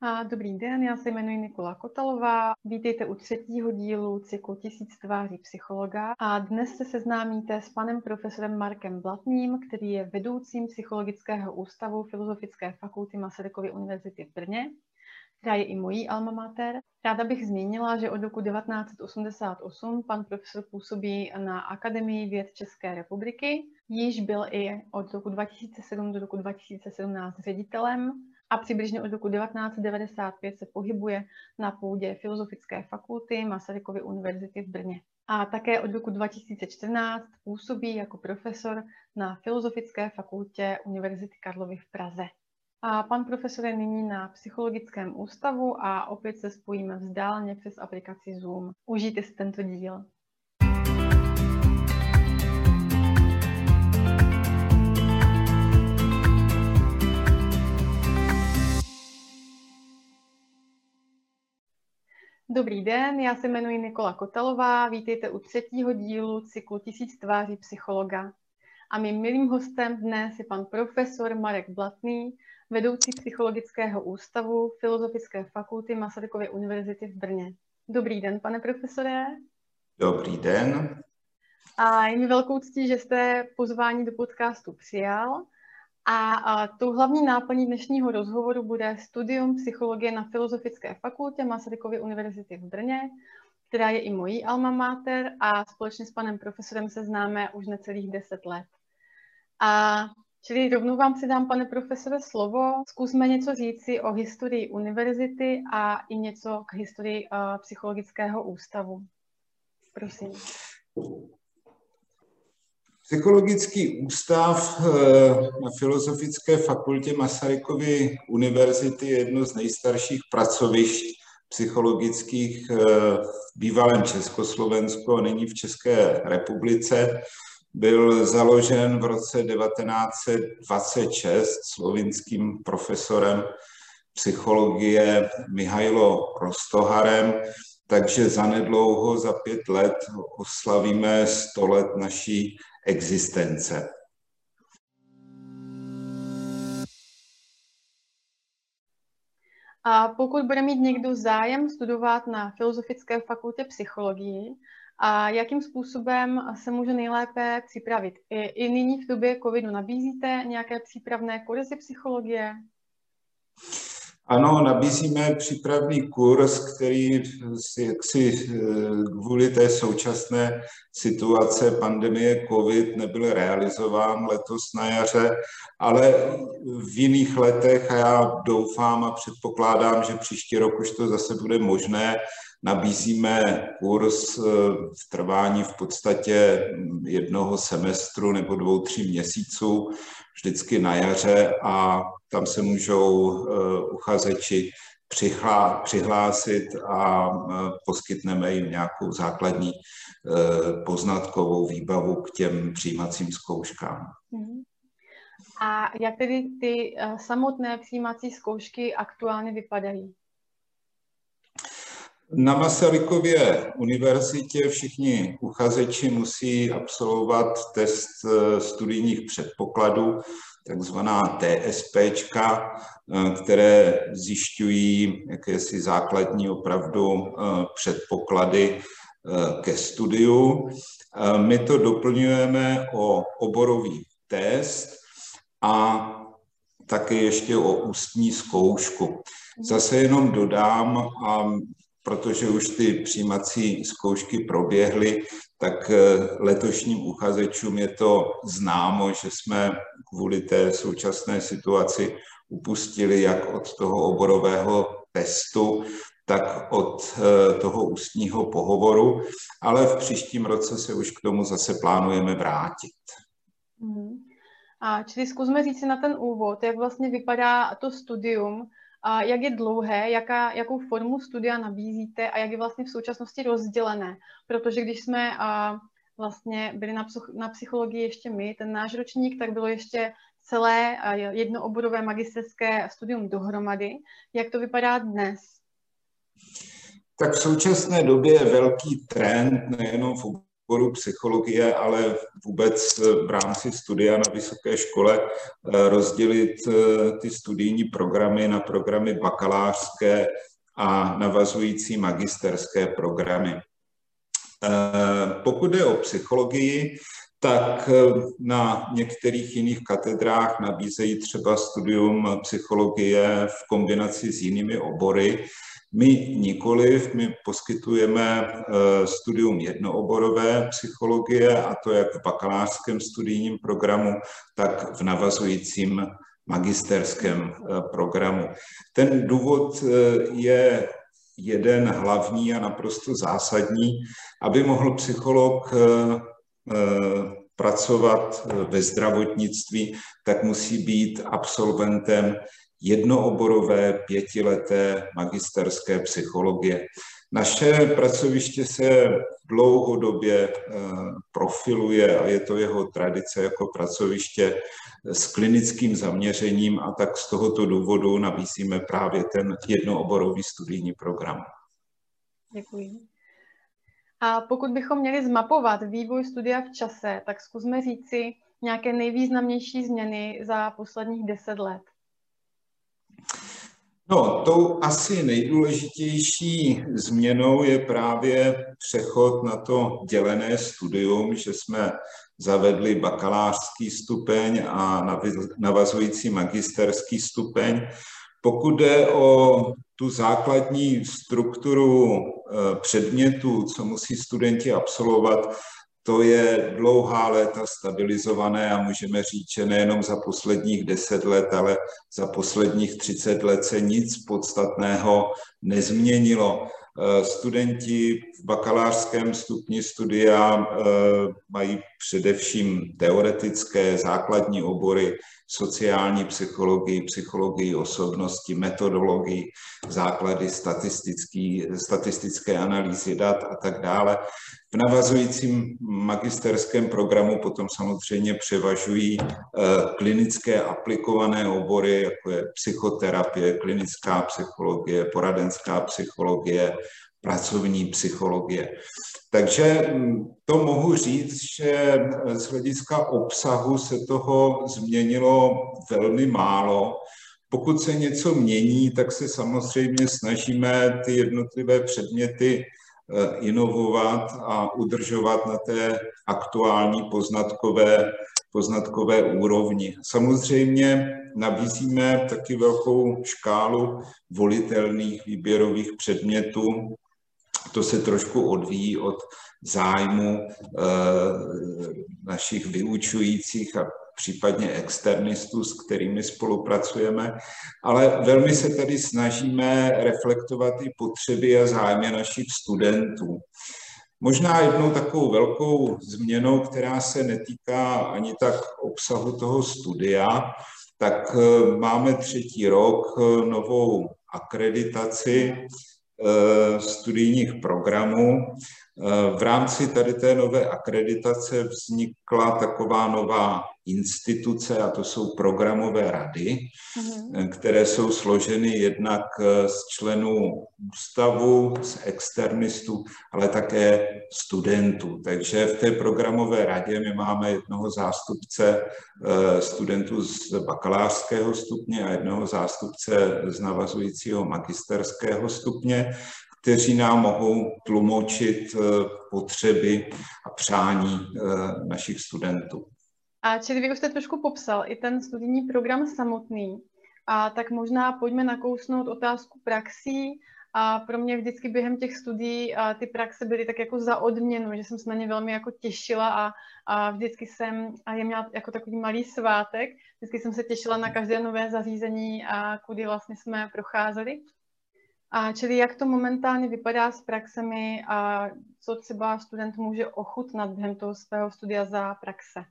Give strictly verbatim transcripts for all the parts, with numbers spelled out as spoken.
A dobrý den, já se jmenuji Nikola Kotalová. Vítejte u třetího dílu cyklu Tisíc tváří psychologa a dnes se seznámíte s panem profesorem Markem Blatným, který je vedoucím Psychologického ústavu Filozofické fakulty Masarykovy univerzity v Brně, která je i mojí alma mater. Ráda bych zmínila, že od roku devatenáct set osmdesát osm pan profesor působí na Akademii věd České republiky, již byl i od roku dva tisíce sedm do roku dva tisíce sedmnáct ředitelem a přibližně od roku devatenáct set devadesát pět se pohybuje na půdě Filozofické fakulty Masarykovy univerzity v Brně. A také od roku dva tisíce čtrnáct působí jako profesor na Filozofické fakultě Univerzity Karlovy v Praze. A pan profesor je nyní na Psychologickém ústavu a opět se spojíme vzdáleně přes aplikaci Zoom. Užijte si tento díl. Dobrý den, já se jmenuji Nikola Kotalová, vítejte u třetího dílu cyklu Tisíc tváří psychologa. A mým milým hostem dnes je pan profesor Marek Blatný, vedoucí Psychologického ústavu Filozofické fakulty Masarykovy univerzity v Brně. Dobrý den, pane profesore. Dobrý den. A je mi velkou ctí, že jste pozvání do podcastu přijal. A, a tou hlavní náplní dnešního rozhovoru bude studium psychologie na Filozofické fakultě Masarykovy univerzity v Brně, která je i mojí alma mater a společně s panem profesorem se známe už necelých deset let. A čili rovnou vám předám, pane profesore, slovo. Zkusme něco říci o historii univerzity a i něco k historii uh, Psychologického ústavu. Prosím. Psychologický ústav na Filozofické fakultě Masarykovy univerzity je jedno z nejstarších pracovišť psychologických v bývalém Československu a nyní v České republice. Byl založen v roce devatenáct set dvacet šest slovinským profesorem psychologie Mihailo Roztoharem, takže zanedlouho za pět let oslavíme sto let naší existence. A pokud bude mít někdo zájem studovat na Filozofické fakultě psychologii, a jakým způsobem se může nejlépe připravit? I, i nyní v době covidu nabízíte nějaké přípravné kurzy psychologie? Ano, nabízíme přípravný kurz, který jaksi kvůli té současné situace pandemie COVID nebyl realizován letos na jaře, ale v jiných letech, a já doufám a předpokládám, že příští rok už to zase bude možné, nabízíme kurz v trvání v podstatě jednoho semestru nebo dvou, tří měsíců, vždycky na jaře, a tam se můžou uchazeči přihlásit a poskytneme jim nějakou základní poznatkovou výbavu k těm přijímacím zkouškám. A jak tedy ty samotné přijímací zkoušky aktuálně vypadají? Na Masarykově univerzitě všichni uchazeči musí absolvovat test studijních předpokladů, takzvaná TSPčka, které zjišťují jakési základní opravdu předpoklady ke studiu. My to doplňujeme o oborový test a také ještě o ústní zkoušku. Zase jenom dodám, a protože už ty přijímací zkoušky proběhly, tak letošním uchazečům je to známo, že jsme kvůli té současné situaci upustili jak od toho oborového testu, tak od toho ústního pohovoru, ale v příštím roce se už k tomu zase plánujeme vrátit. A čili zkusme říct si na ten úvod, jak vlastně vypadá to studium, a jak je dlouhé, jaká, jakou formu studia nabízíte a jak je vlastně v současnosti rozdělené. Protože když jsme a, vlastně byli na, na psychologii ještě my, ten náš ročník, tak bylo ještě celé a, jednooborové magisterské studium dohromady. Jak to vypadá dnes? Tak v současné době je velký trend nejenom v oboru psychologie, ale vůbec v rámci studia na vysoké škole rozdělit ty studijní programy na programy bakalářské a navazující magisterské programy. Pokud jde o psychologii, tak na některých jiných katedrách nabízejí třeba studium psychologie v kombinaci s jinými obory. My nikoliv, my poskytujeme studium jednooborové psychologie, a to jak v bakalářském studijním programu, tak v navazujícím magisterském programu. Ten důvod je jeden hlavní a naprosto zásadní, aby mohl psycholog pracovat ve zdravotnictví, tak musí být absolventem jednooborové pětileté magisterské psychologie. Naše pracoviště se dlouhodobě profiluje a je to jeho tradice jako pracoviště s klinickým zaměřením, a tak z tohoto důvodu nabízíme právě ten jednooborový studijní program. Děkuji. A pokud bychom měli zmapovat vývoj studia v čase, tak zkusme říci nějaké nejvýznamnější změny za posledních deset let. No, tou asi nejdůležitější změnou je právě přechod na to dělené studium, že jsme zavedli bakalářský stupeň a navazující magisterský stupeň. Pokud jde o tu základní strukturu předmětů, co musí studenti absolvovat, to je dlouhá léta stabilizované a můžeme říct, že nejenom za posledních deset let, ale za posledních třicet let se nic podstatného nezměnilo. Studenti v bakalářském stupni studia mají především teoretické základní obory, sociální psychologii, psychologii osobnosti, metodologii, základy statistické analýzy dat a tak dále. V navazujícím magisterském programu potom samozřejmě převažují klinické aplikované obory, jako je psychoterapie, klinická psychologie, poradenská psychologie, pracovní psychologie. Takže to mohu říct, že z hlediska obsahu se toho změnilo velmi málo. Pokud se něco mění, tak se samozřejmě snažíme ty jednotlivé předměty inovovat a udržovat na té aktuální poznatkové, poznatkové úrovni. Samozřejmě nabízíme taky velkou škálu volitelných výběrových předmětů. To se trošku odvíjí od zájmu e, našich vyučujících a případně externistů, s kterými spolupracujeme, ale velmi se tady snažíme reflektovat i potřeby a zájmy našich studentů. Možná jednou takovou velkou změnou, která se netýká ani tak obsahu toho studia, tak máme třetí rok novou akreditaci studijních programů. V rámci tady té nové akreditace vznikla taková nová instituce, a to jsou programové rady, mm. které jsou složeny jednak z členů ústavu, z externistů, ale také studentů. Takže v té programové radě my máme jednoho zástupce studentů z bakalářského stupně a jednoho zástupce z navazujícího magisterského stupně, kteří nám mohou tlumočit potřeby a přání našich studentů. A čili vy už jste trošku popsal i ten studijní program samotný, a tak možná pojďme nakousnout otázku praxí. A pro mě vždycky během těch studií a ty praxe byly tak jako za odměnu, že jsem se na ně velmi jako těšila a, a vždycky jsem, a je měla jako takový malý svátek, vždycky jsem se těšila na každé nové zařízení, a kudy vlastně jsme procházeli. A čili jak to momentálně vypadá s praxemi a co třeba student může ochutnat během toho svého studia za praxe?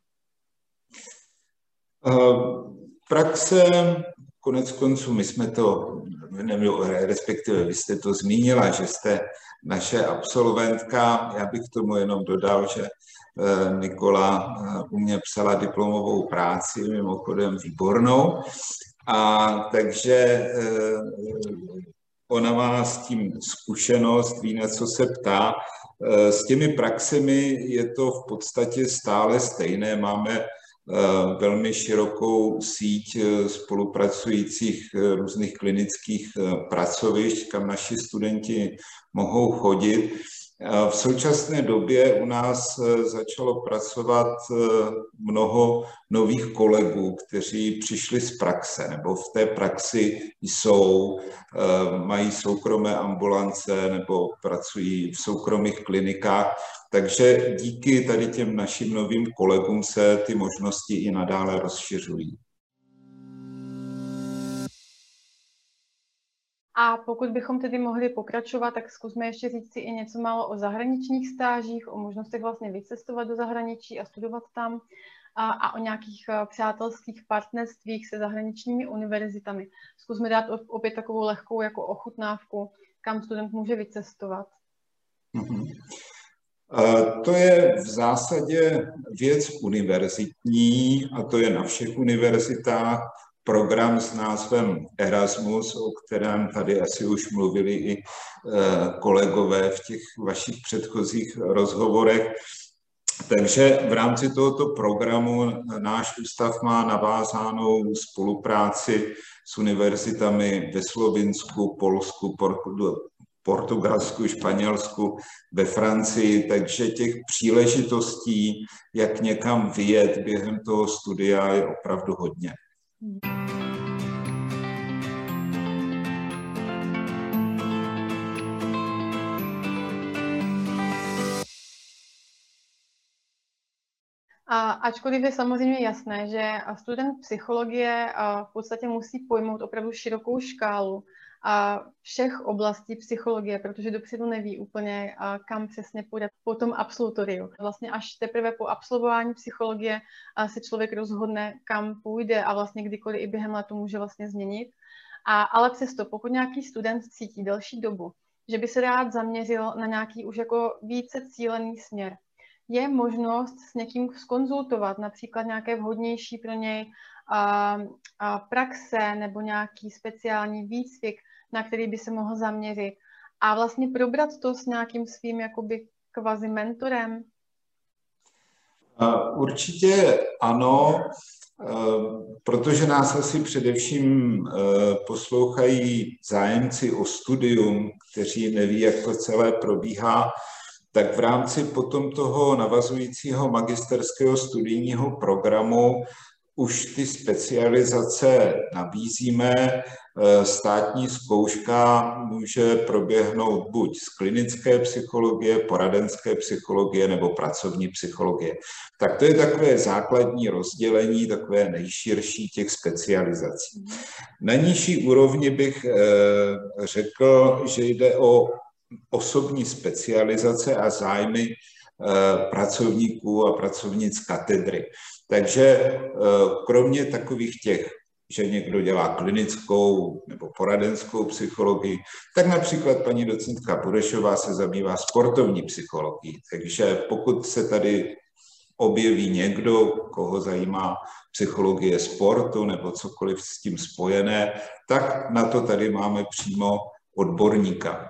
Uh, praxe, konec konců, my jsme to, respektive vy jste to zmínila, že jste naše absolventka. Já bych k tomu jenom dodal, že Nikola u mě psala diplomovou práci, mimochodem výbornou, a takže ona má s tím zkušenost, ví, na co se ptá. S těmi praxemi je to v podstatě stále stejné. Máme velmi širokou síť spolupracujících různých klinických pracovišť, kam naši studenti mohou chodit. V současné době u nás začalo pracovat mnoho nových kolegů, kteří přišli z praxe nebo v té praxi jsou, mají soukromé ambulance nebo pracují v soukromých klinikách. Takže díky tady těm našim novým kolegům se ty možnosti i nadále rozšiřují. A pokud bychom tedy mohli pokračovat, tak zkusme ještě říct si i něco málo o zahraničních stážích, o možnostech vlastně vycestovat do zahraničí a studovat tam a, a o nějakých přátelských partnerstvích se zahraničními univerzitami. Zkusme dát opět takovou lehkou jako ochutnávku, kam student může vycestovat. Mm-hmm. To je v zásadě věc univerzitní a to je na všech univerzitách. Program s názvem Erasmus, o kterém tady asi už mluvili i kolegové v těch vašich předchozích rozhovorech. Takže v rámci tohoto programu náš ústav má navázanou spolupráci s univerzitami ve Slovinsku, Polsku, Portugalsku, Španělsku, ve Francii, takže těch příležitostí, jak někam vyjet během toho studia, je opravdu hodně. A ačkoliv je samozřejmě jasné, že student psychologie v podstatě musí pojmout opravdu širokou škálu všech oblastí psychologie, protože dopředu neví úplně, kam přesně půjde po tom absolutoriu. Vlastně až teprve po absolvování psychologie se člověk rozhodne, kam půjde a vlastně kdykoliv i během letu může vlastně změnit. A, ale přesto, pokud nějaký student cítí delší dobu, že by se rád zaměřil na nějaký už jako více cílený směr, je možnost s někým zkonzultovat, například nějaké vhodnější pro něj a, a praxe nebo nějaký speciální výcvik, na který by se mohl zaměřit a vlastně probrat to s nějakým svým jakoby kvazi mentorem? Určitě ano, protože nás asi především poslouchají zájemci o studium, kteří neví, jak to celé probíhá, tak v rámci potom toho navazujícího magisterského studijního programu už ty specializace nabízíme. Státní zkouška může proběhnout buď z klinické psychologie, poradenské psychologie nebo pracovní psychologie. Tak to je takové základní rozdělení, takové nejširší těch specializací. Na nižší úrovni bych řekl, že jde o osobní specializace a zájmy pracovníků a pracovnic katedry. Takže kromě takových těch, že někdo dělá klinickou nebo poradenskou psychologii, tak například paní docentka Burešová se zabývá sportovní psychologií. Takže pokud se tady objeví někdo, koho zajímá psychologie sportu nebo cokoliv s tím spojené, tak na to tady máme přímo odborníka.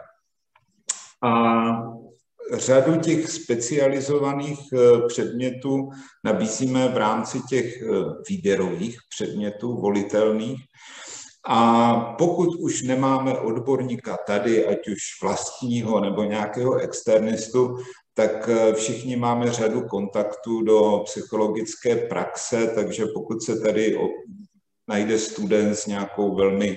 A řadu těch specializovaných předmětů nabízíme v rámci těch výběrových předmětů volitelných. A pokud už nemáme odborníka tady, ať už vlastního nebo nějakého externistu, tak všichni máme řadu kontaktů do psychologické praxe, takže pokud se tady najde student s nějakou velmi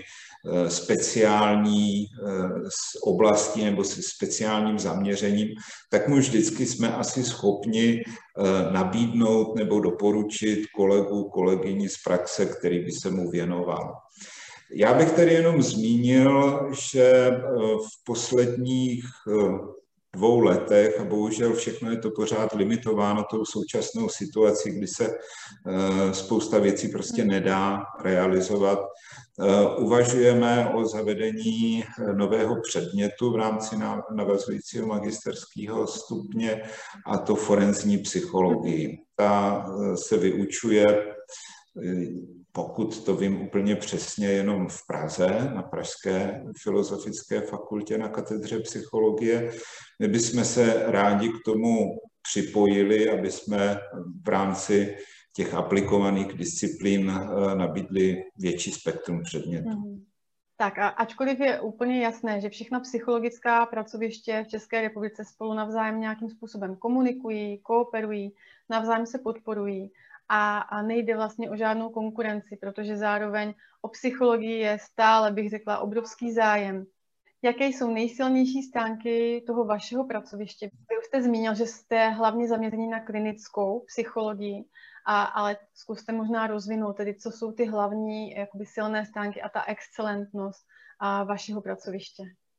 speciální oblastí nebo se speciálním zaměřením, tak mu vždycky jsme asi schopni nabídnout nebo doporučit kolegu, kolegyni z praxe, který by se mu věnoval. Já bych tady jenom zmínil, že v posledních dvou letech, a bohužel všechno je to pořád limitováno tou současnou situací, kdy se spousta věcí prostě nedá realizovat, uvažujeme o zavedení nového předmětu v rámci navazujícího magisterského stupně, a to forenzní psychologii. Ta se vyučuje pokud to vím úplně přesně, jenom v Praze, na Pražské filozofické fakultě na katedře psychologie. My bychom se rádi k tomu připojili, aby jsme v rámci těch aplikovaných disciplín nabídli větší spektrum předmětů. Mm-hmm. Tak a ačkoliv je úplně jasné, že všechna psychologická pracoviště v České republice spolu navzájem nějakým způsobem komunikují, kooperují, navzájem se podporují a, a nejde vlastně o žádnou konkurenci, protože zároveň o psychologii je stále, bych řekla, obrovský zájem. Jaké jsou nejsilnější stránky toho vašeho pracoviště? Vy už jste zmínil, že jste hlavně zaměření na klinickou psychologii, a, ale zkuste možná rozvinout, tedy co jsou ty hlavní jakoby silné stránky a ta excelentnost a vašeho pracoviště.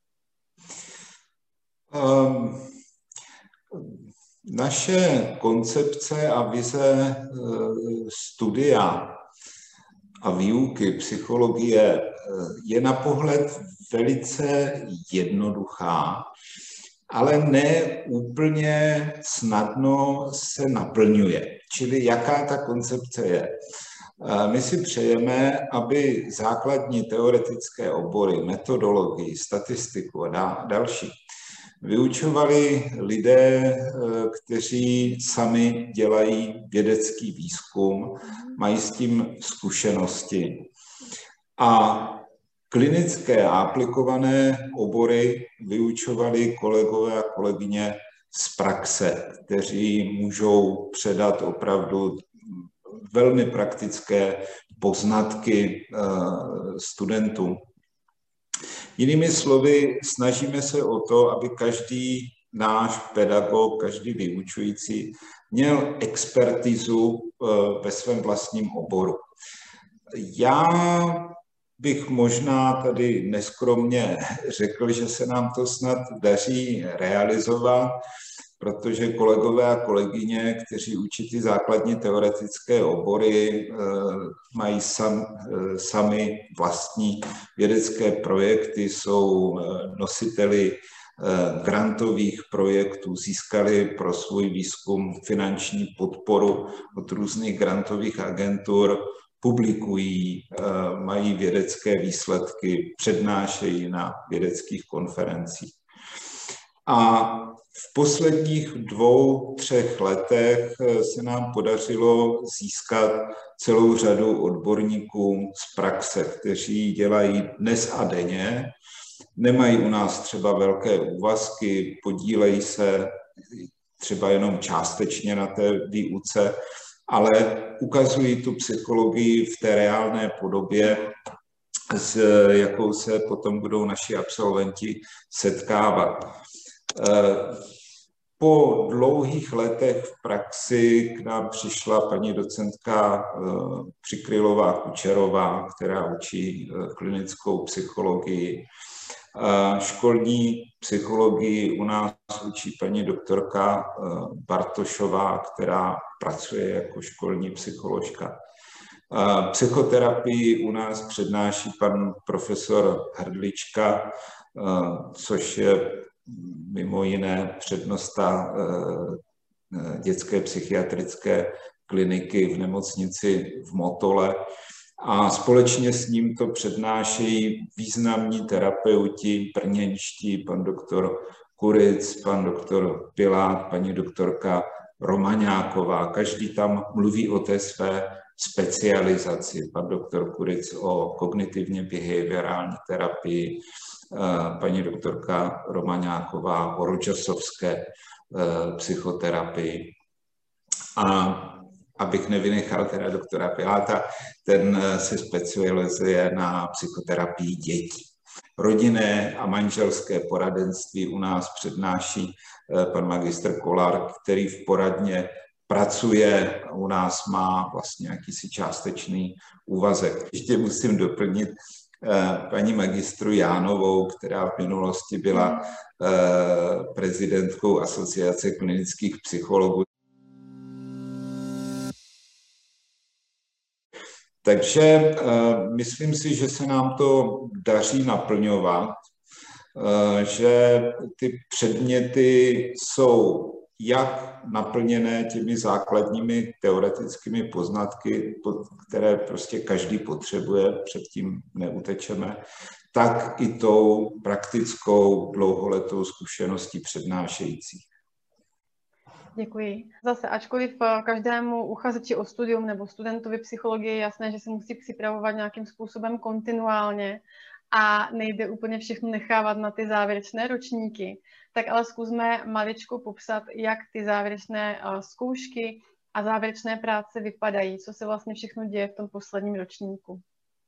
Um, naše koncepce a vize uh, studia a výuky psychologie je na pohled velice jednoduchá, ale ne úplně snadno se naplňuje. Čili jaká ta koncepce je? My si přejeme, aby základní teoretické obory, metodologii, statistiku a další vyučovali lidé, kteří sami dělají vědecký výzkum, mají s tím zkušenosti. A klinické a aplikované obory vyučovali kolegové a kolegyně z praxe, kteří můžou předat opravdu velmi praktické poznatky studentům. Jinými slovy, snažíme se o to, aby každý náš pedagog, každý vyučující měl expertizu ve svém vlastním oboru. Já bych možná tady neskromně řekl, že se nám to snad daří realizovat, protože kolegové a kolegyně, kteří učí ty základní teoretické obory, mají sam, sami vlastní vědecké projekty, jsou nositeli grantových projektů, získali pro svůj výzkum finanční podporu od různých grantových agentur, publikují, mají vědecké výsledky, přednášejí na vědeckých konferencích. A v posledních dvou, třech letech se nám podařilo získat celou řadu odborníků z praxe, kteří dělají dnes a denně, nemají u nás třeba velké úvazky, podílejí se třeba jenom částečně na té výuce, ale ukazují tu psychologii v té reálné podobě, s jakou se potom budou naši absolventi setkávat. Po dlouhých letech v praxi k nám přišla paní docentka Přikrylová-Kučerová, která učí klinickou psychologii. Školní psychologii u nás učí paní doktorka Bartošová, která pracuje jako školní psycholožka. Psychoterapii u nás přednáší pan profesor Hrdlička, což je mimo jiné přednosta dětské psychiatrické kliniky v nemocnici v Motole. A společně s ním to přednášejí významní terapeuti brněnští, pan doktor Kuric, pan doktor Pilát, paní doktorka Romaňáková. Každý tam mluví o té své specializaci. Pan doktor Kuric o kognitivně behaviorální terapii, paní doktorka Romaňáková o rogers-ovské psychoterapii. A abych nevynechal teda doktora Piláta, ten se specializuje na psychoterapii dětí. Rodinné a manželské poradenství u nás přednáší pan magistr Kolar, který v poradně pracuje, u nás má vlastně jakýsi částečný úvazek. Ještě musím doplnit paní magistru Jánovou, která v minulosti byla prezidentkou Asociace klinických psychologů. Takže myslím si, že se nám to daří naplňovat, že ty předměty jsou jak naplněné těmi základními teoretickými poznatky, které prostě každý potřebuje, předtím neutečeme, tak i tou praktickou dlouholetou zkušeností přednášejících. Děkuji. Zase, ačkoliv každému uchazeči o studium nebo studentovi psychologie je jasné, že se musí připravovat nějakým způsobem kontinuálně a nejde úplně všechno nechávat na ty závěrečné ročníky, tak ale zkusme maličko popsat, jak ty závěrečné zkoušky a závěrečné práce vypadají, co se vlastně všechno děje v tom posledním ročníku.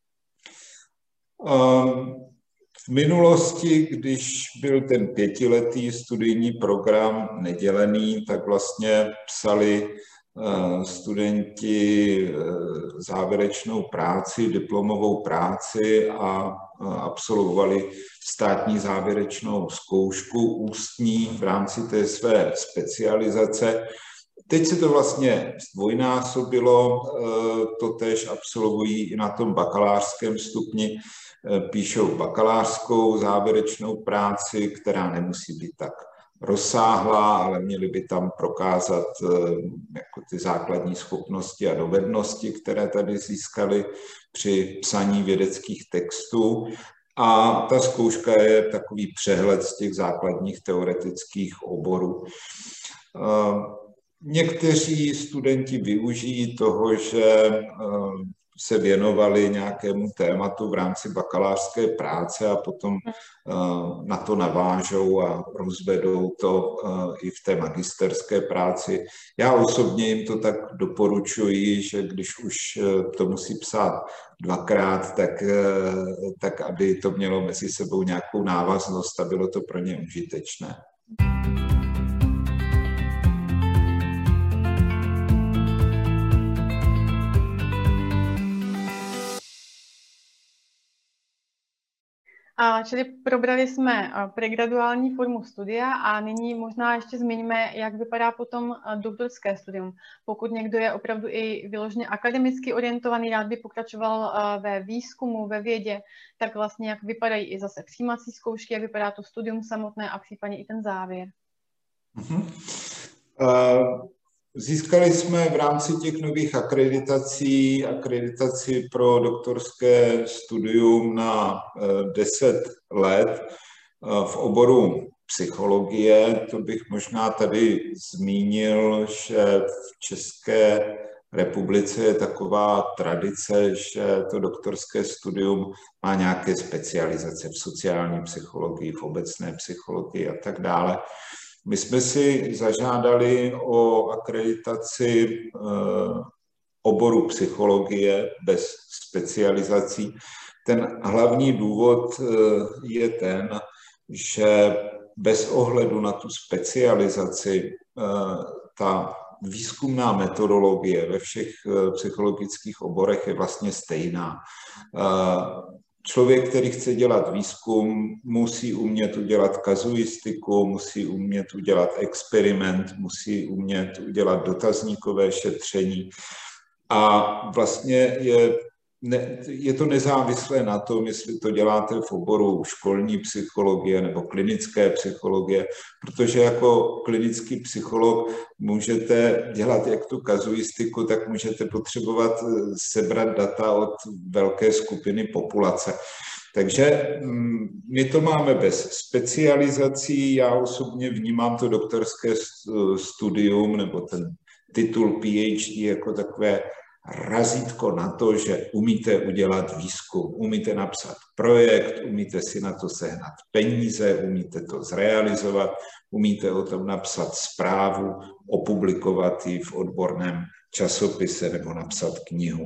Um... V minulosti, když byl ten pětiletý studijní program nedělený, tak vlastně psali studenti závěrečnou práci, diplomovou práci a absolvovali státní závěrečnou zkoušku ústní v rámci té své specializace. Teď se to vlastně zdvojnásobilo, totéž absolvují i na tom bakalářském stupni, píšou bakalářskou závěrečnou práci, která nemusí být tak rozsáhlá, ale měli by tam prokázat jako ty základní schopnosti a dovednosti, které tady získali při psaní vědeckých textů. A ta zkouška je takový přehled z těch základních teoretických oborů. Někteří studenti využijí toho, že se věnovali nějakému tématu v rámci bakalářské práce a potom na to navážou a rozvedou to i v té magisterské práci. Já osobně jim to tak doporučuji, že když už to musí psát dvakrát, tak, tak aby to mělo mezi sebou nějakou návaznost a bylo to pro ně užitečné. Čili probrali jsme pregraduální formu studia a nyní možná ještě zmiňme, jak vypadá potom doktorské studium. Pokud někdo je opravdu i vyloženě akademicky orientovaný, rád by pokračoval ve výzkumu, ve vědě, tak vlastně jak vypadají i zase přijímací zkoušky, jak vypadá to studium samotné a případně i ten závěr. Mm-hmm. Uh... Získali jsme v rámci těch nových akreditací akreditaci pro doktorské studium na deset let v oboru psychologie. To bych možná tady zmínil, že v České republice je taková tradice, že to doktorské studium má nějaké specializace v sociální psychologii, v obecné psychologii a tak dále. My jsme si zažádali o akreditaci oboru psychologie bez specializací. Ten hlavní důvod je ten, že bez ohledu na tu specializaci ta výzkumná metodologie ve všech psychologických oborech je vlastně stejná. Člověk, který chce dělat výzkum, musí umět udělat kazuistiku, musí umět udělat experiment, musí umět udělat dotazníkové šetření. A vlastně je, ne, je to nezávislé na tom, jestli to děláte v oboru školní psychologie nebo klinické psychologie, protože jako klinický psycholog můžete dělat jak tu kazuistiku, tak můžete potřebovat sebrat data od velké skupiny populace. Takže my to máme bez specializací, já osobně vnímám to doktorské studium nebo ten titul P H D jako takové razítko na to, že umíte udělat výzkum, umíte napsat projekt, umíte si na to sehnat peníze, umíte to zrealizovat, umíte o tom napsat zprávu, opublikovat ji v odborném časopise nebo napsat knihu.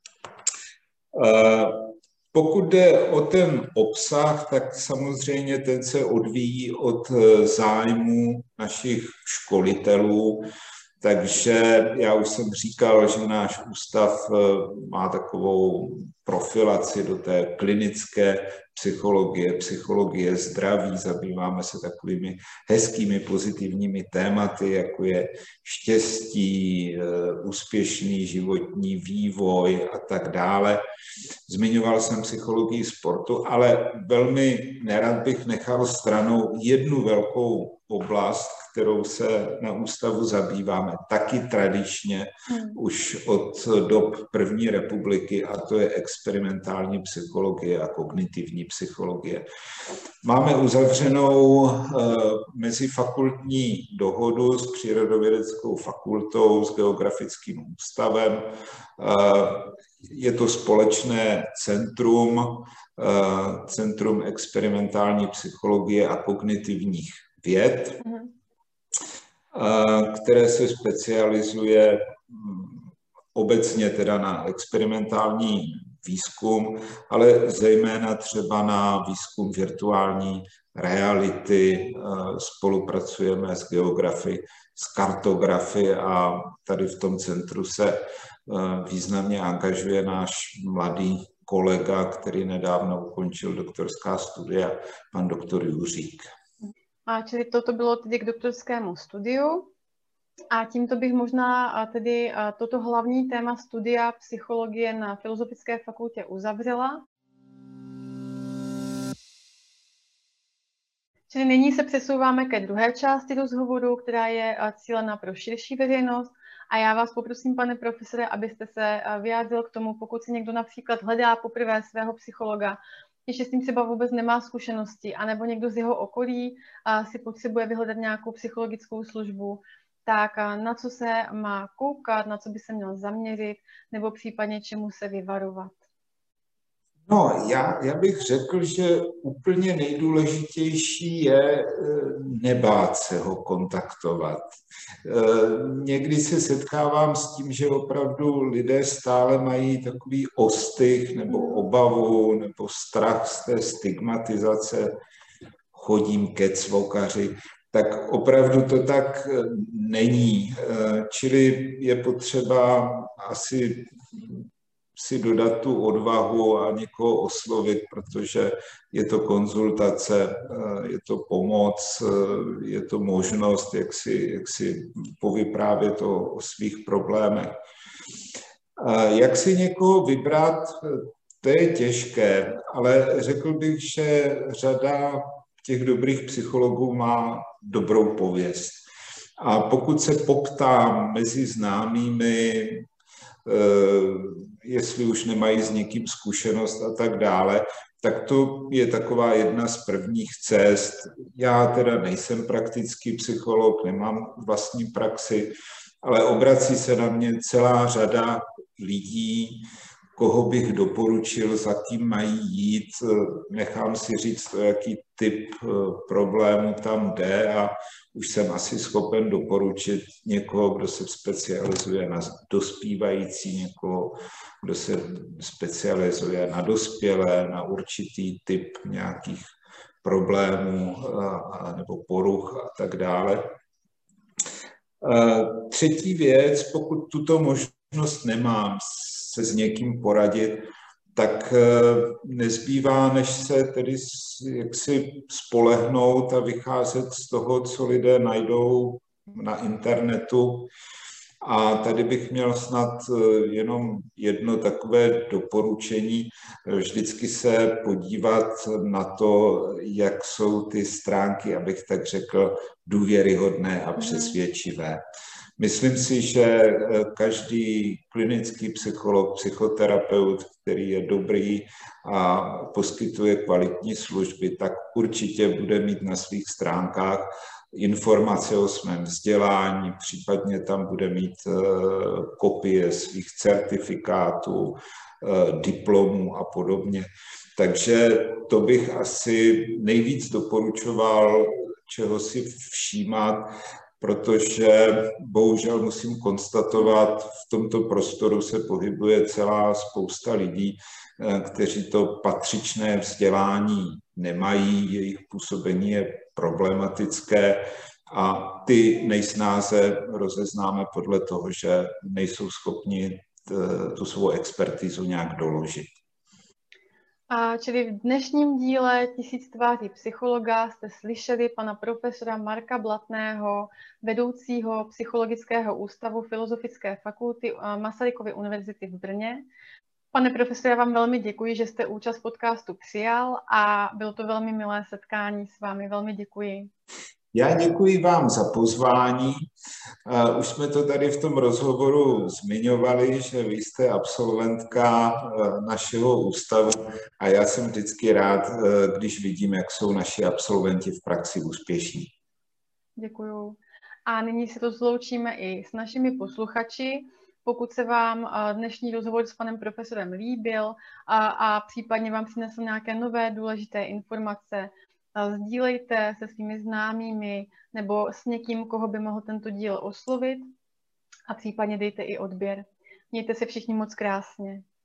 Pokud jde o ten obsah, tak samozřejmě ten se odvíjí od zájmu našich školitelů. Takže já už jsem říkal, že náš ústav má takovou profilaci do té klinické psychologie, psychologie zdraví, zabýváme se takovými hezkými, pozitivními tématy, jako je štěstí, úspěšný životní vývoj a tak dále. Zmiňoval jsem psychologii sportu, ale velmi nerad bych nechal stranou jednu velkou oblast, kterou se na ústavu zabýváme taky tradičně hmm. už od dob první republiky, a to je experimentální psychologie a kognitivní psychologie. Máme uzavřenou eh, mezifakultní dohodu s Přírodovědeckou fakultou, s Geografickým ústavem. Eh, je to společné centrum, eh, Centrum experimentální psychologie a kognitivních věd, hmm. které se specializuje obecně teda na experimentální výzkum, ale zejména třeba na výzkum virtuální reality. Spolupracujeme s geografy, s kartografy a tady v tom centru se významně angažuje náš mladý kolega, který nedávno ukončil doktorská studia, pan doktor Juřík. A čili toto bylo tedy k doktorskému studiu. A tímto bych možná tedy toto hlavní téma studia psychologie na Filozofické fakultě uzavřela. Čili nyní se přesouváme ke druhé části rozhovoru, která je cílena pro širší veřejnost. A já vás poprosím, pane profesore, abyste se vyjádřil k tomu, pokud si někdo například hledá poprvé svého psychologa, ještě s tím třeba vůbec nemá zkušenosti, anebo někdo z jeho okolí si potřebuje vyhledat nějakou psychologickou službu, tak na co se má koukat, na co by se měl zaměřit, nebo případně čemu se vyvarovat? No, já, já bych řekl, že úplně nejdůležitější je nebát se ho kontaktovat. Někdy se setkávám s tím, že opravdu lidé stále mají takový ostych nebo obavu nebo strach z té stigmatizace, chodím ke cvokaři, tak opravdu to tak není. Čili je potřeba asi si dodat tu odvahu a někoho oslovit, protože je to konzultace, je to pomoc, je to možnost, jak si, jak si povyprávět o, o svých problémech. Jak si někoho vybrat, to je těžké, ale řekl bych, že řada těch dobrých psychologů má dobrou pověst. A pokud se poptám mezi známými, jestli už nemají s někým zkušenost a tak dále, tak to je taková jedna z prvních cest. Já teda nejsem praktický psycholog, nemám vlastní praxi, ale obrací se na mě celá řada lidí, koho bych doporučil, za kým mají jít. Nechám si říct, jaký typ problému tam jde a už jsem asi schopen doporučit někoho, kdo se specializuje na dospívající, někoho, kdo se specializuje na dospělé, na určitý typ nějakých problémů a, nebo poruch a tak dále. Třetí věc, pokud tuto možnost nemám se s někým poradit, tak nezbývá, než se tedy jaksi spolehnout a vycházet z toho, co lidé najdou na internetu. A tady bych měl snad jenom jedno takové doporučení, vždycky se podívat na to, jak jsou ty stránky, abych tak řekl, důvěryhodné a přesvědčivé. Myslím si, že každý klinický psycholog, psychoterapeut, který je dobrý a poskytuje kvalitní služby, tak určitě bude mít na svých stránkách informace o svém vzdělání, případně tam bude mít kopie svých certifikátů, diplomů a podobně. Takže to bych asi nejvíc doporučoval, čeho si všímat, protože bohužel musím konstatovat, v tomto prostoru se pohybuje celá spousta lidí, kteří to patřičné vzdělání nemají, jejich působení je problematické a ty nejsnáze rozeznáme podle toho, že nejsou schopni tu svou expertizu nějak doložit. A čili v dnešním díle Tisíc tváří psychologa jste slyšeli pana profesora Marka Blatného, vedoucího Psychologického ústavu Filozofické fakulty Masarykovy univerzity v Brně. Pane profesore, já vám velmi děkuji, že jste účast podcastu přijal a bylo to velmi milé setkání s vámi. Velmi děkuji. Já děkuji vám za pozvání. Už jsme to tady v tom rozhovoru zmiňovali, že vy jste absolventka našeho ústavu a já jsem vždycky rád, když vidím, jak jsou naši absolventi v praxi úspěšní. Děkuju. A nyní se rozloučíme i s našimi posluchači. Pokud se vám dnešní rozhovor s panem profesorem líbil a, a případně vám přinesl nějaké nové důležité informace, sdílejte se svými známými nebo s někým, koho by mohl tento díl oslovit a případně dejte i odběr. Mějte se všichni moc krásně.